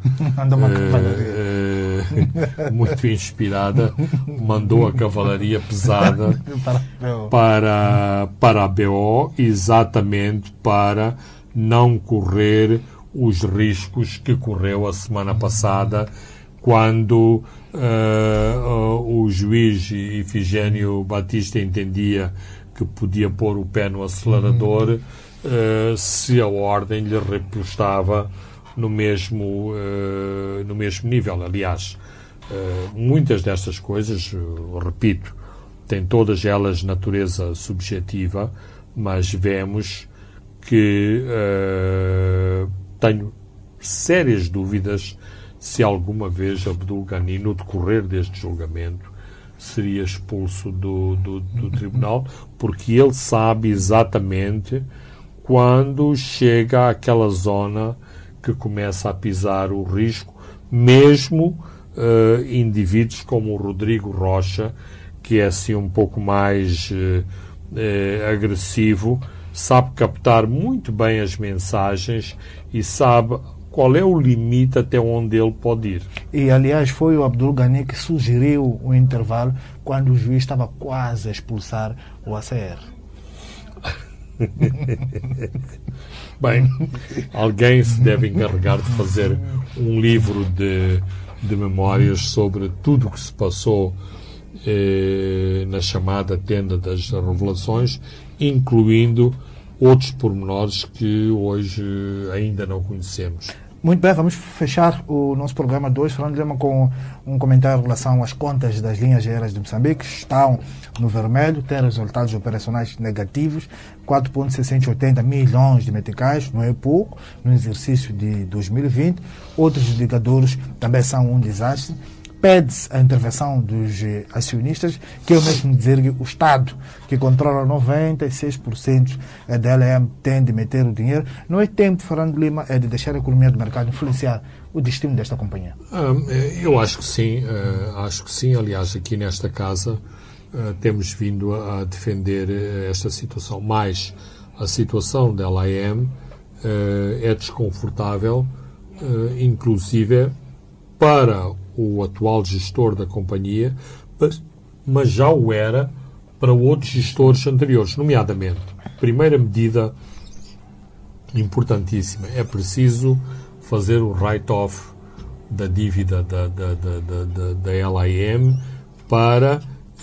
muito inspirada, mandou a cavalaria pesada para a BO, exatamente para não correr os riscos que correu a semana passada quando o juiz Ifigênio Batista entendia que podia pôr o pé no acelerador se a ordem lhe repostava no mesmo nível. Aliás, muitas destas coisas, repito, têm todas elas natureza subjetiva, mas vemos que tenho sérias dúvidas se alguma vez Abdul Ghani, no decorrer deste julgamento, seria expulso do tribunal, porque ele sabe exatamente quando chega àquela zona que começa a pisar o risco, mesmo indivíduos como o Rodrigo Rocha, que é assim um pouco mais agressivo, sabe captar muito bem as mensagens e sabe qual é o limite até onde ele pode ir. E, aliás, foi o Abdul Ghani que sugeriu o intervalo quando o juiz estava quase a expulsar o ACR. Bem, alguém se deve encarregar de fazer um livro de memórias sobre tudo o que se passou na chamada Tenda das Revelações, incluindo outros pormenores que hoje ainda não conhecemos. Muito bem, vamos fechar o nosso programa de hoje, Fernando Lima, com um comentário em relação às contas das linhas aéreas de Moçambique. Estão no vermelho, têm resultados operacionais negativos, 4,680 milhões de meticais, não é pouco, no exercício de 2020. Outros indicadores também são um desastre. Pede-se a intervenção dos acionistas, que é o mesmo dizer que o Estado, que controla 96% da LM, tem de meter o dinheiro. Não é tempo, Fernando Lima, é de deixar a economia do mercado influenciar o destino desta companhia? Eu acho que sim. Aliás, aqui nesta casa temos vindo a defender esta situação. Mas a situação da LM é desconfortável, inclusive para o atual gestor da companhia, mas já o era para outros gestores anteriores, nomeadamente. Primeira medida importantíssima, é preciso fazer o write-off da dívida da LIM para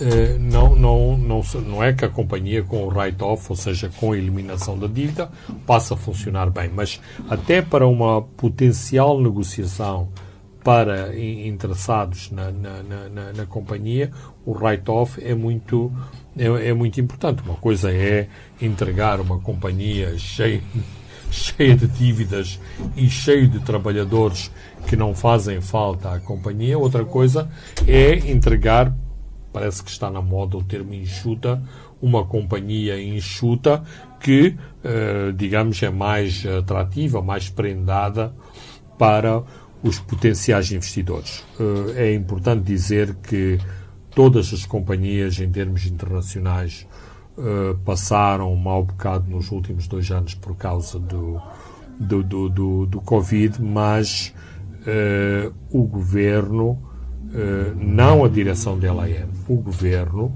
não é que a companhia com o write-off, ou seja, com a eliminação da dívida, passe a funcionar bem, mas até para uma potencial negociação para interessados na companhia, o write-off é muito importante. Uma coisa é entregar uma companhia cheia de dívidas e cheia de trabalhadores que não fazem falta à companhia. Outra coisa é entregar, parece que está na moda o termo enxuta, uma companhia enxuta que, digamos, é mais atrativa, mais prendada para os potenciais investidores. É importante dizer que todas as companhias, em termos internacionais, passaram um mau bocado nos últimos 2 anos por causa do Covid, mas o Governo, não a direção da LIM, o Governo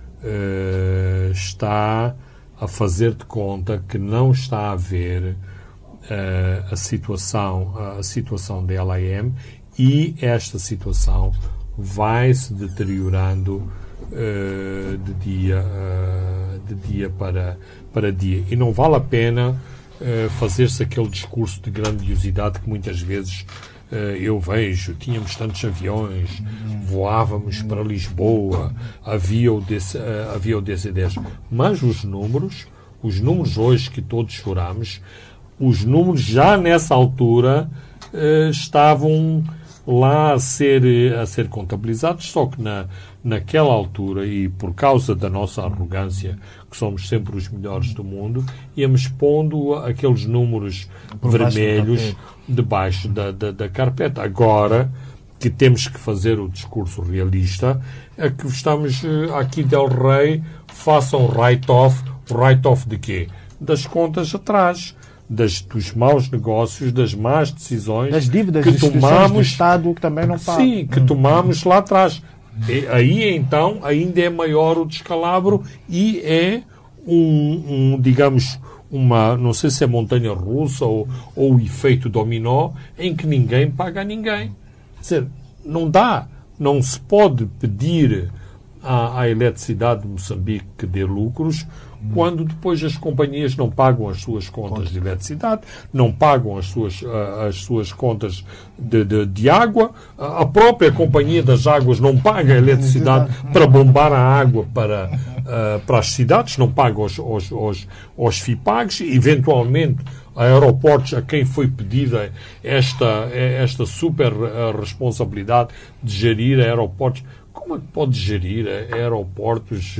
está a fazer de conta que não está a ver a situação da LIM, e esta situação vai se deteriorando de dia para dia. E não vale a pena fazer-se aquele discurso de grandiosidade que muitas vezes eu vejo. Tínhamos tantos aviões, voávamos para Lisboa, havia o DC-10. Mas os números hoje que todos choramos, os números já nessa altura estavam lá a ser contabilizados, só que naquela altura, e por causa da nossa arrogância, que somos sempre os melhores do mundo, íamos pondo aqueles números vermelhos debaixo da carpeta. Agora que temos que fazer o discurso realista, é que estamos aqui del Rey, façam write-off. Write-off de quê? Das contas atrás. Dos maus negócios, das más decisões, das dívidas que tomamos do Estado que também não pagam. Sim, que tomamos lá atrás. E aí então ainda é maior o descalabro e é digamos, não sei se é montanha russa ou o efeito dominó, em que ninguém paga a ninguém. Quer dizer, não dá. Não se pode pedir à eletricidade de Moçambique que dê lucros quando depois as companhias não pagam as suas contas de eletricidade, não pagam as suas contas de água, a própria companhia das águas não paga a eletricidade para bombar a água para as cidades, não paga aos FIPAGs, eventualmente a aeroportos a quem foi pedida esta super responsabilidade de gerir aeroportos. Como é que pode gerir aeroportos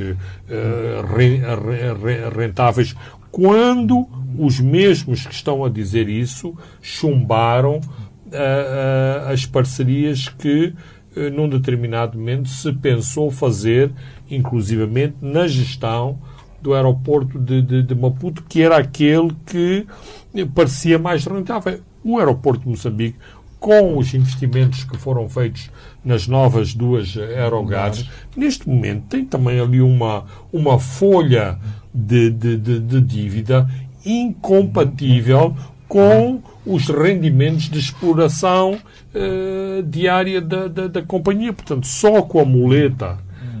rentáveis quando os mesmos que estão a dizer isso chumbaram as parcerias que num determinado momento se pensou fazer, inclusivamente na gestão do aeroporto de Maputo, que era aquele que parecia mais rentável. O aeroporto de Moçambique, com os investimentos que foram feitos nas novas 2 aerogases, neste momento tem também ali uma folha de dívida incompatível com os rendimentos de exploração diária da companhia. Portanto, só com a muleta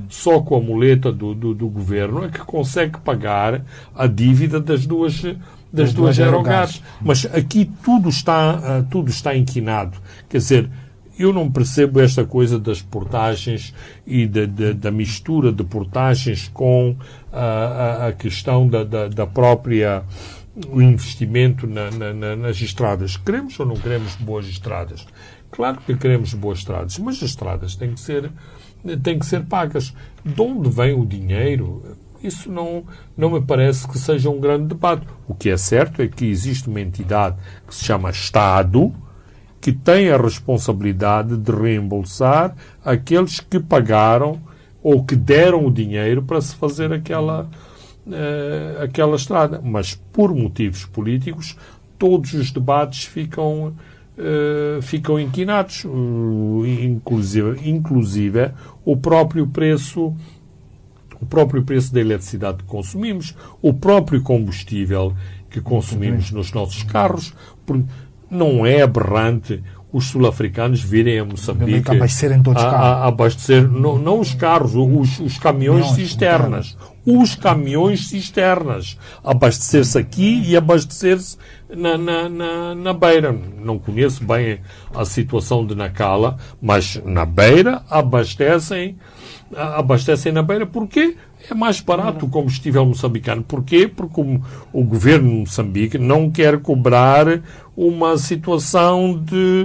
do governo é que consegue pagar a dívida das duas aerogases. Mas aqui tudo está inquinado. Quer dizer, eu não percebo esta coisa das portagens e da mistura de portagens com a questão da própria o investimento nas estradas. Queremos ou não queremos boas estradas? Claro que queremos boas estradas, mas as estradas têm que ser pagas. De onde vem o dinheiro? Isso não me parece que seja um grande debate. O que é certo é que existe uma entidade que se chama Estado, que tem a responsabilidade de reembolsar aqueles que pagaram ou que deram o dinheiro para se fazer aquela estrada. Mas, por motivos políticos, todos os debates ficam inquinados. Inclusive o próprio preço da eletricidade que consumimos, o próprio combustível que consumimos nos nossos carros. Não é aberrante os sul-africanos virem a Moçambique abastecer não os carros, os caminhões cisternas. Os caminhões cisternas. Abastecer-se aqui e abastecer-se na Beira. Não conheço bem a situação de Nacala, mas na Beira abastecem na Beira. Porquê? É mais barato o combustível moçambicano. Porquê? Porque o governo de Moçambique não quer cobrar uma situação de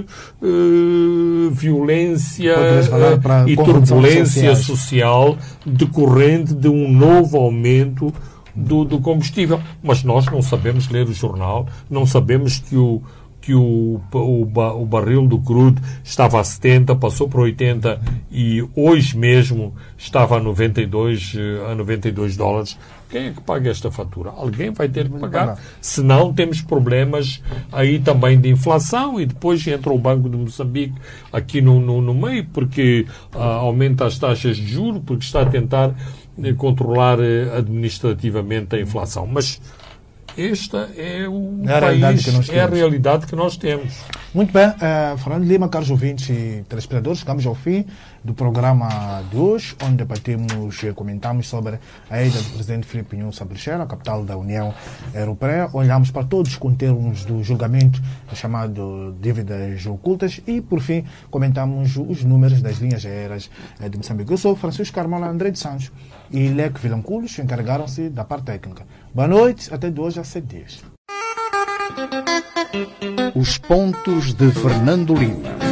violência e turbulência social decorrente de um novo aumento do combustível. Mas nós não sabemos ler o jornal, não sabemos que o barril do crudo estava a 70, passou para 80 e hoje mesmo estava a 92 dólares. Quem é que paga esta fatura? Alguém vai ter que pagar. Senão temos problemas aí também de inflação e depois entra o Banco de Moçambique aqui no meio porque aumenta as taxas de juros, porque está a tentar controlar administrativamente a inflação. Mas esta é a realidade que nós temos. Muito bem, Fernando Lima, caros ouvintes e telespectadores, chegamos ao fim do programa de hoje, onde debatemos e comentamos sobre a ida do presidente Filipe Nyusi a Bruxelas, a capital da União Europeia. Olhamos para todos os conteúdos do julgamento chamado dívidas ocultas e, por fim, comentamos os números das linhas aéreas de Moçambique. Eu sou Francisco Carmola André de Santos e Leque Vilanculos encarregaram-se da parte técnica. Boa noite, até de hoje a 7 dias. Os pontos de Fernando Lima.